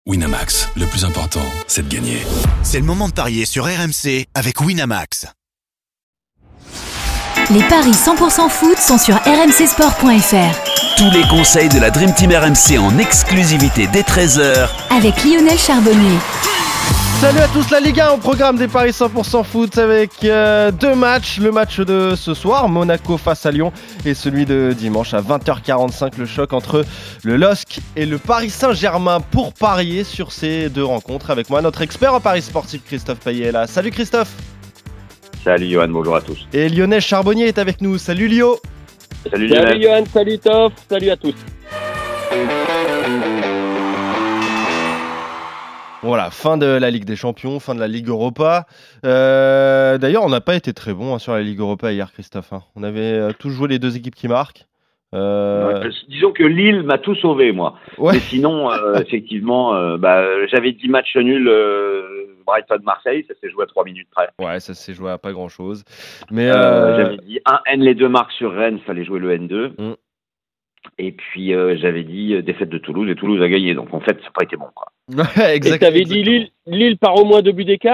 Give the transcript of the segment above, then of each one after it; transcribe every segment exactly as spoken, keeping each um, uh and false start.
Winamax, le plus important, c'est de gagner. C'est le moment de parier sur R M C avec Winamax. Les paris cent pour cent foot sont sur r m c sport point f r. Tous les conseils de la Dream Team R M C en exclusivité dès treize heures avec Lionel Charbonnier. Salut à tous, la Ligue un au programme des paris cent pour cent foot avec euh, deux matchs. Le match de ce soir, Monaco face à Lyon, et celui de dimanche à vingt heures quarante-cinq, le choc entre le L O S C et le Paris Saint-Germain. Pour parier sur ces deux rencontres, avec moi notre expert en paris sportif Christophe Payet est là. Salut Christophe. Salut Johan, bonjour à tous. Et Lionel Charbonnier est avec nous. Salut Lio. Salut Lionel. Salut Johan, salut Toff, salut à tous. Voilà, fin de la Ligue des Champions, fin de la Ligue Europa. Euh, d'ailleurs, on n'a pas été très bon hein, sur la Ligue Europa hier, Christophe. Hein. On avait euh, tous joué les deux équipes qui marquent. Euh... Ouais, disons que Lille m'a tout sauvé, moi. Ouais. Mais sinon, euh, effectivement, euh, bah, j'avais dix matchs nuls. Euh, Brighton-Marseille, ça s'est joué à trois minutes près. Ouais, ça s'est joué à pas grand-chose. Mais euh, euh... j'avais dit un N les deux marques sur Rennes, fallait jouer le N deux. Mm. Et puis euh, j'avais dit euh, défaite de Toulouse et Toulouse a gagné. Donc en fait, ça n'a pas été bon, quoi. Ouais, exactement. Et t'avais dit Lille, Lille par au moins deux buts d'écart ?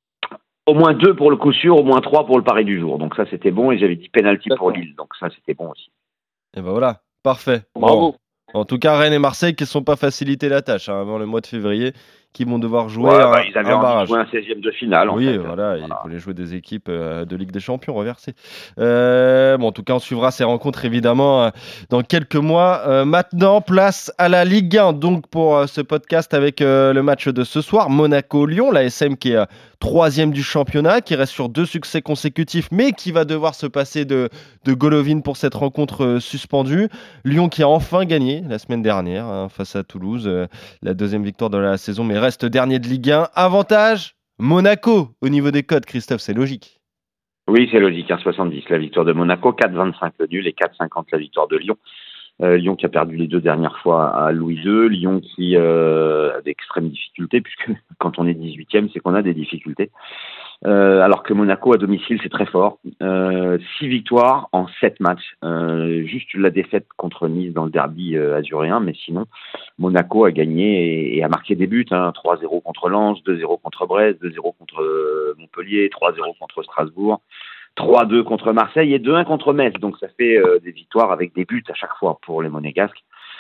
Au moins deux pour le coup sûr, au moins trois pour le pari du jour. Donc ça, c'était bon. Et j'avais dit pénalty pour Lille. Donc ça, c'était bon aussi. Et ben voilà, parfait. Bravo. Bon. En tout cas, Rennes et Marseille qui ne sont pas facilité la tâche hein, avant le mois de février, qui vont devoir jouer ouais, un, bah, ils avaient un envie barrage. de jouer un seizième de finale. En oui, fait. voilà, voilà, ils voulaient jouer des équipes euh, de Ligue des Champions reversées. Euh, bon, en tout cas, on suivra ces rencontres évidemment euh, dans quelques mois. Euh, maintenant, place à la Ligue un. Donc pour euh, ce podcast avec euh, le match de ce soir, Monaco-Lyon, la S M qui est euh, troisième du championnat, qui reste sur deux succès consécutifs, mais qui va devoir se passer de, de Golovin pour cette rencontre euh, suspendue. Lyon qui a enfin gagné la semaine dernière hein, face à Toulouse, euh, la deuxième victoire de la saison, mais reste dernier de Ligue un. Avantage Monaco au niveau des codes, Christophe, c'est logique. Oui, c'est logique, un virgule soixante-dix la victoire de Monaco, quatre virgule vingt-cinq le nul et quatre virgule cinquante la victoire de Lyon. Euh, Lyon qui a perdu les deux dernières fois à Louis deux, Lyon qui euh, a d'extrêmes difficultés, puisque quand on est dix-huitième, c'est qu'on a des difficultés. Euh, alors que Monaco à domicile, c'est très fort. Euh, six victoires en sept matchs. Euh, juste la défaite contre Nice dans le derby euh, azuréen, mais sinon, Monaco a gagné et, et a marqué des buts. Hein, trois zéro contre Lens, deux zéro contre Brest, deux zéro contre euh, Montpellier, trois zéro contre Strasbourg, trois deux contre Marseille et deux un contre Metz. Donc ça fait euh, des victoires avec des buts à chaque fois pour les Monégasques.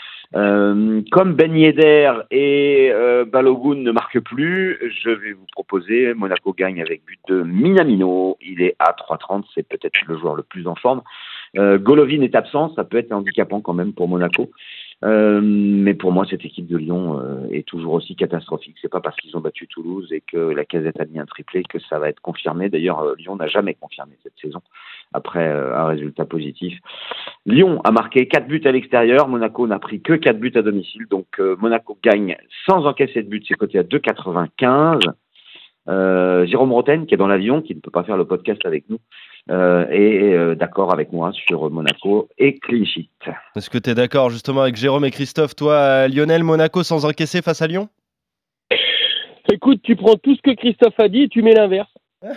Euh, comme Ben Yedder et euh, Balogun ne marquent plus, je vais vous proposer Monaco gagne avec but de Minamino. Il est à trois trente, c'est peut-être le joueur le plus en forme. Euh, Golovin est absent, ça peut être handicapant quand même pour Monaco. Euh, mais pour moi, cette équipe de Lyon euh, est toujours aussi catastrophique. C'est pas parce qu'ils ont battu Toulouse et que la Casette a mis un triplé que ça va être confirmé. D'ailleurs, euh, Lyon n'a jamais confirmé cette saison après euh, un résultat positif. Lyon a marqué quatre buts à l'extérieur. Monaco n'a pris que quatre buts à domicile. Donc euh, Monaco gagne sans encaisser de but. C'est coté à deux virgule quatre-vingt-quinze. Euh, Jérôme Roten, qui est dans l'avion, qui ne peut pas faire le podcast avec nous, euh, est euh, d'accord avec moi sur Monaco et clean sheet. Est-ce que tu es d'accord justement avec Jérôme et Christophe? Toi, Lionel, Monaco sans encaisser face à Lyon? Écoute, tu prends tout ce que Christophe a dit et tu mets l'inverse.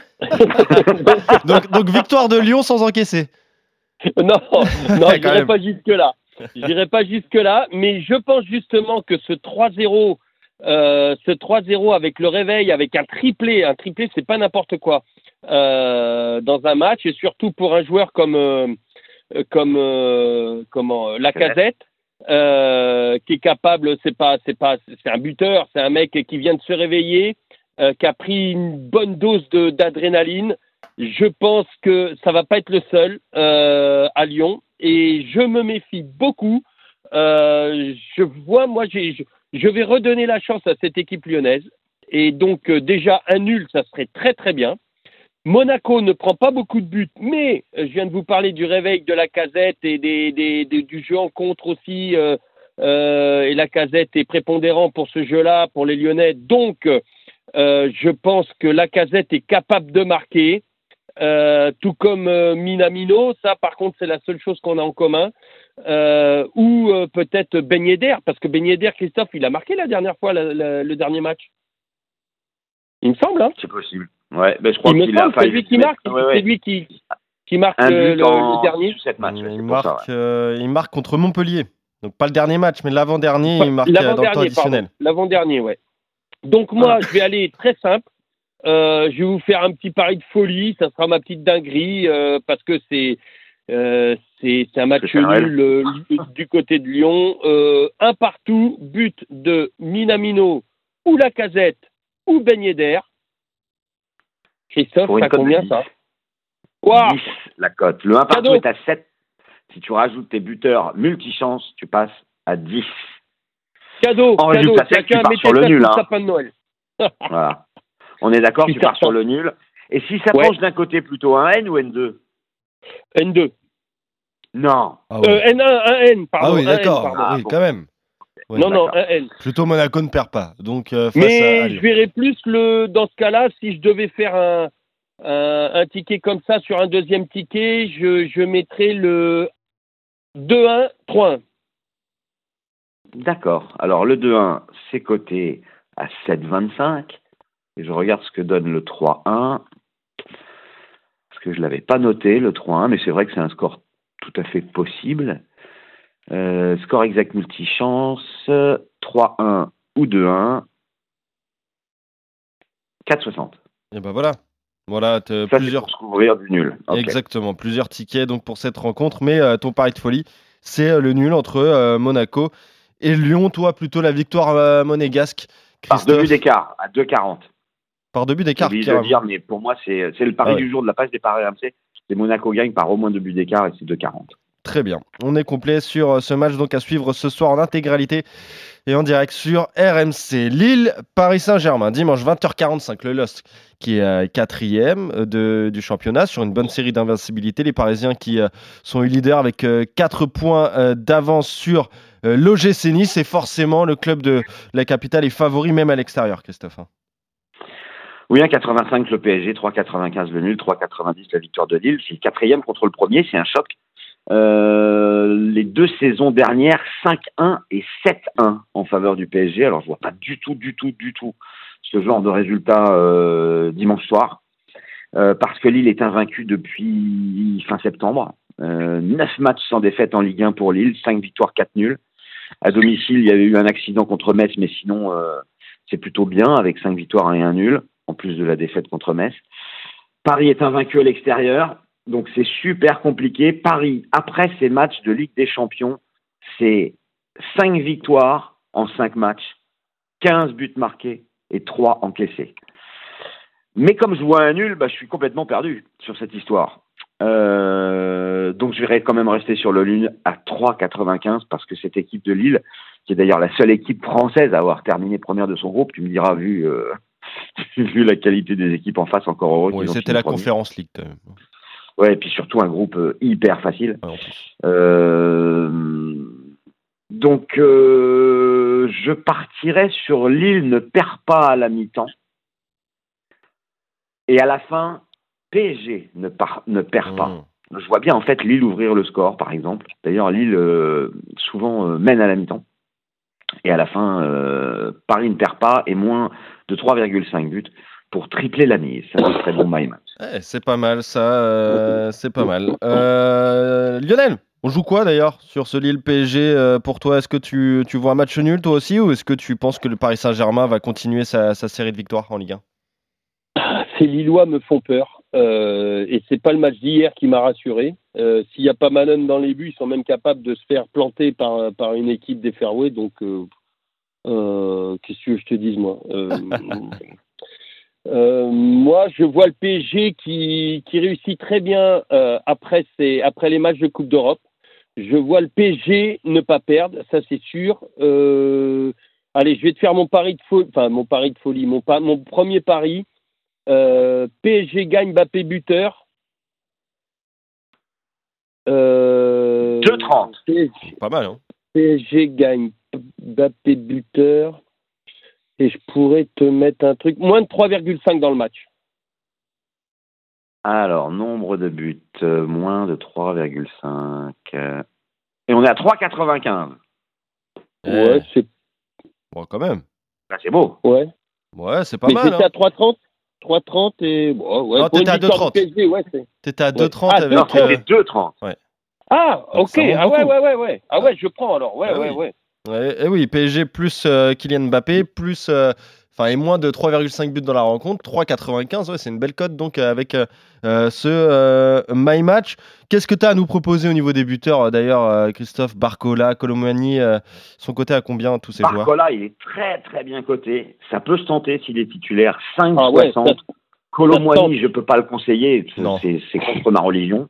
donc, donc victoire de Lyon sans encaisser. Non, non, je n'irai pas jusque-là. Je n'irai pas jusque-là, mais je pense justement que ce trois zéro... Euh, ce trois zéro avec le réveil, avec un triplé, un triplé c'est pas n'importe quoi euh, dans un match, et surtout pour un joueur comme euh, comme euh, comment Lacazette euh, qui est capable, c'est pas c'est pas c'est un buteur, c'est un mec qui vient de se réveiller, euh, qui a pris une bonne dose de d'adrénaline. Je pense que ça va pas être le seul euh, à Lyon, et je me méfie beaucoup. Euh, je vois, moi j'ai je, Je vais redonner la chance à cette équipe lyonnaise. Et donc, euh, déjà, un nul, ça serait très, très bien. Monaco ne prend pas beaucoup de buts, mais euh, je viens de vous parler du réveil de Lacazette et des, des, des, du jeu en contre aussi. Euh, euh, et Lacazette est prépondérant pour ce jeu-là, pour les Lyonnais. Donc, euh, je pense que Lacazette est capable de marquer, euh, tout comme euh, Minamino. Ça, par contre, c'est la seule chose qu'on a en commun. Euh, ou euh, peut-être Ben Yedder, parce que Ben Yedder, Christophe, il a marqué la dernière fois la, la, le dernier match. Il me semble, hein. C'est possible. Ouais, ben je crois il qu'il me semble, a c'est lui qui marque, ouais, ouais. c'est lui qui, qui marque un le, but en... le dernier. Matchs, il, marque, ça, ouais. euh, il marque contre Montpellier. Donc pas le dernier match, mais l'avant-dernier, il marque dans le temps additionnel. Pardon, l'avant-dernier, ouais. Donc moi, je vais aller très simple. Euh, je vais vous faire un petit pari de folie. Ça sera ma petite dinguerie euh, parce que c'est, euh, c'est, c'est un match c'est nul euh, du côté de Lyon. Euh, un partout, but de Minamino ou Lacazette ou Ben Yedder. Christophe, ça combien ça? Wow. dix la cote. Le un partout est à sept. Si tu rajoutes tes buteurs multichance, tu passes à dix. Cadeau, en cadeau. résultat sec, tu pars sur le nul. Hein. Sapin de Noël. Voilà. On est d'accord, tu, tu pars sur le nul. Et si ça ouais. penche d'un côté, plutôt un N ou N deux? N deux. Non. Ah ouais. euh, N un, un N, pardon. Ah oui, d'accord. N, ah, oui, bon. Quand même. Ouais, non, d'accord. non, un N. Plutôt Monaco ne perd pas. Donc, euh, face Mais à je verrais plus, le, dans ce cas-là, si je devais faire un, un, un ticket comme ça sur un deuxième ticket, je, je mettrais le deux un, trois un. D'accord. Alors, le deux un, c'est coté à sept vingt-cinq. Et je regarde ce que donne le trois un. Parce que je ne l'avais pas noté, le trois un, mais c'est vrai que c'est un score tout à fait possible. Euh, score exact multichance, trois un ou deux un, quatre soixante. Et ben voilà. Voilà, Ça, plusieurs. C'est pour se couvrir du nul. Okay. Exactement, plusieurs tickets donc pour cette rencontre. Mais euh, ton pari de folie, c'est euh, le nul entre euh, Monaco et Lyon. Toi, plutôt la victoire euh, monégasque. Par deux buts d'écart, à deux quarante. Par deux buts d'écart. J'ai oublié de dire, mais pour moi, c'est, c'est le pari ah ouais. du jour de la page des paris R M C. C'est Monaco gagne par au moins deux buts d'écart et c'est deux quarante. Très bien. On est complet sur ce match donc à suivre ce soir en intégralité et en direct sur R M C. Lille, Paris Saint-Germain, dimanche vingt heures quarante-cinq. Le L O S C qui est quatrième de, du championnat sur une bonne série d'invincibilité. Les Parisiens qui euh, sont eu leaders avec euh, quatre points euh, d'avance sur euh, l'O G C Nice. Et forcément, le club de la capitale est favori même à l'extérieur, Christophe. Oui, un quatre-vingt-cinq le P S G, trois quatre-vingt-quinze le nul, trois quatre-vingt-dix la victoire de Lille. C'est le quatrième contre le premier, c'est un choc. Euh, les deux saisons dernières, cinq un et sept un en faveur du P S G. Alors, je vois pas du tout, du tout, du tout ce genre de résultat euh, dimanche soir. Euh, parce que Lille est invaincue depuis fin septembre. Euh, neuf matchs sans défaite en Ligue un pour Lille, cinq victoires, quatre nuls. À domicile, il y avait eu un accident contre Metz, mais sinon, euh, c'est plutôt bien, avec cinq victoires et un nul, en plus de la défaite contre Metz. Paris est invaincu à l'extérieur. Donc, c'est super compliqué. Paris, après ces matchs de Ligue des Champions, c'est cinq victoires en cinq matchs, quinze buts marqués et trois encaissés. Mais comme je vois un nul, bah, je suis complètement perdu sur cette histoire. Euh, donc, je vais quand même rester sur le nul à trois quatre-vingt-quinze parce que cette équipe de Lille, qui est d'ailleurs la seule équipe française à avoir terminé première de son groupe, tu me diras, vu, euh, vu la qualité des équipes en face, encore heureux. Oui, c'était la Conférence League. Ouais, et puis surtout un groupe euh, hyper facile. Ouais, euh, donc, euh, je partirais sur Lille ne perd pas à la mi-temps. Et à la fin, P S G ne, par, ne perd pas. Mmh. Je vois bien en fait Lille ouvrir le score, par exemple. D'ailleurs, Lille euh, souvent euh, mène à la mi-temps. Et à la fin, euh, Paris ne perd pas et moins de trois virgule cinq buts pour tripler la mise. Ça serait bon my match. Ouais, c'est pas mal, ça. Euh, c'est pas mal. Euh, Lionel, on joue quoi d'ailleurs sur ce Lille P S G euh, pour toi? Est-ce que tu, tu vois un match nul toi aussi ou est-ce que tu penses que le Paris Saint-Germain va continuer sa, sa série de victoires en Ligue un? Ces Lillois me font peur euh, et c'est pas le match d'hier qui m'a rassuré. Euh, s'il n'y a pas Manon dans les buts, ils sont même capables de se faire planter par, par une équipe des Fairway. Donc, euh, euh, qu'est-ce que je te dise moi euh, Euh, moi, je vois le P S G qui, qui réussit très bien euh, après, ces, après les matchs de Coupe d'Europe. Je vois le P S G ne pas perdre, ça c'est sûr. Euh, allez, je vais te faire mon pari de folie, enfin mon pari de folie, mon, mon premier pari. Euh, P S G gagne, Mbappé buteur. Euh, deux trente. P S G, pas mal, hein. P S G gagne, Mbappé buteur. Et je pourrais te mettre un truc, moins de trois virgule cinq dans le match. Alors, nombre de buts, euh, moins de trois virgule cinq. Euh, et on est à trois quatre-vingt-quinze. Ouais, c'est... Bon, quand même. Là, c'est beau. Ouais. Ouais, c'est pas Mais mal. t'étais hein. à trois trente trois trente et... Bon, ouais, non, t'étais à deux trente. P S G, ouais, c'est... T'étais à deux trente ouais. ah, avec... Non, c'était deux trente. Ouais. Ah, Donc, ok. Ah ouais, ouais, ouais, ouais. Ah ouais, je prends alors. Ouais, Ah ouais, oui. ouais. Et, et oui, P S G plus euh, Kylian Mbappé, plus, euh, enfin, et moins de trois virgule cinq buts dans la rencontre, trois virgule quatre-vingt-quinze, ouais, c'est une belle cote donc euh, avec euh, ce euh, My Match. Qu'est-ce que tu as à nous proposer au niveau des buteurs euh, d'ailleurs, euh, Christophe? Barcola, Colomani, euh, son côté à combien tous ces Barcola, joueurs? Barcola, il est très très bien coté. Ça peut se tenter s'il est titulaire. cinq Ah ouais, soixante. ça- Colomani, je peux pas le conseiller. Non. C'est, c'est contre ma religion.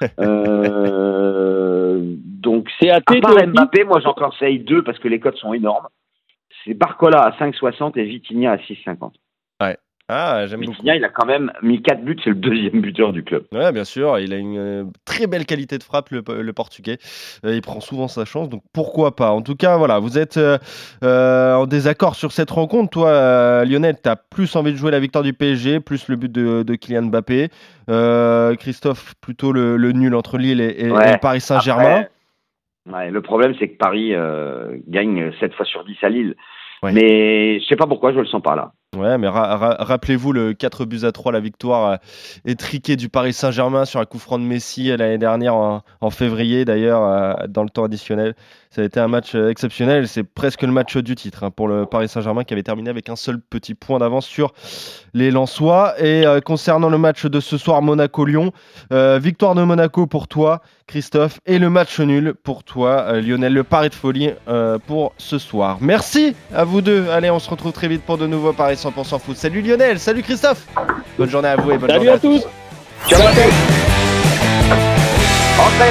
euh, donc, C'est à à T part deux aussi. Mbappé, moi j'en conseille deux parce que les cotes sont énormes. C'est Barcola à cinq soixante et Vitinha à six cinquante. Ah, j'aime beaucoup. Vitinha, il a quand même mis quatre buts, c'est le deuxième buteur du club. Ouais, bien sûr, il a une euh, très belle qualité de frappe, le, le Portugais. Euh, il prend souvent sa chance, donc pourquoi pas. En tout cas, voilà, vous êtes euh, euh, en désaccord sur cette rencontre. Toi, euh, Lionel, tu as plus envie de jouer la victoire du P S G, plus le but de, de Kylian Mbappé. Euh, Christophe, plutôt le, le nul entre Lille et, et, Ouais, et le Paris Saint-Germain. Après, ouais, le problème, c'est que Paris euh, gagne sept fois sur dix à Lille. Ouais. Mais je sais pas pourquoi, je le sens pas là. Ouais, mais ra- ra- rappelez-vous le quatre buts à trois, la victoire euh, étriquée du Paris Saint-Germain sur un coup franc de Messi euh, l'année dernière en, en février d'ailleurs, euh, dans le temps additionnel. Ça a été un match euh, exceptionnel. C'est presque le match du titre hein, pour le Paris Saint-Germain qui avait terminé avec un seul petit point d'avance sur les Lensois. Et euh, concernant le match de ce soir, Monaco-Lyon, euh, victoire de Monaco pour toi, Christophe, et le match nul pour toi, euh, Lionel. Le pari de folie euh, pour ce soir. Merci à vous deux. Allez, on se retrouve très vite pour de nouveaux paris cent pour cent foot. Salut Lionel, salut Christophe. Bonne journée à vous et bonne Salut journée à tous. Ciao la tête. Entrez.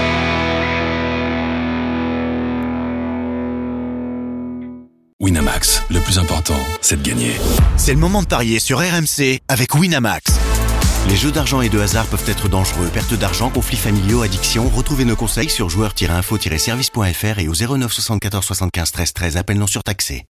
Winamax, le plus important, c'est de gagner. C'est le moment de parier sur R M C avec Winamax. Les jeux d'argent et de hasard peuvent être dangereux. Perte d'argent, conflits familiaux, addiction. Retrouvez nos conseils sur joueurs tiret info tiret service point f r et au zéro neuf soixante-quatorze soixante-quinze treize treize. Appel non surtaxé.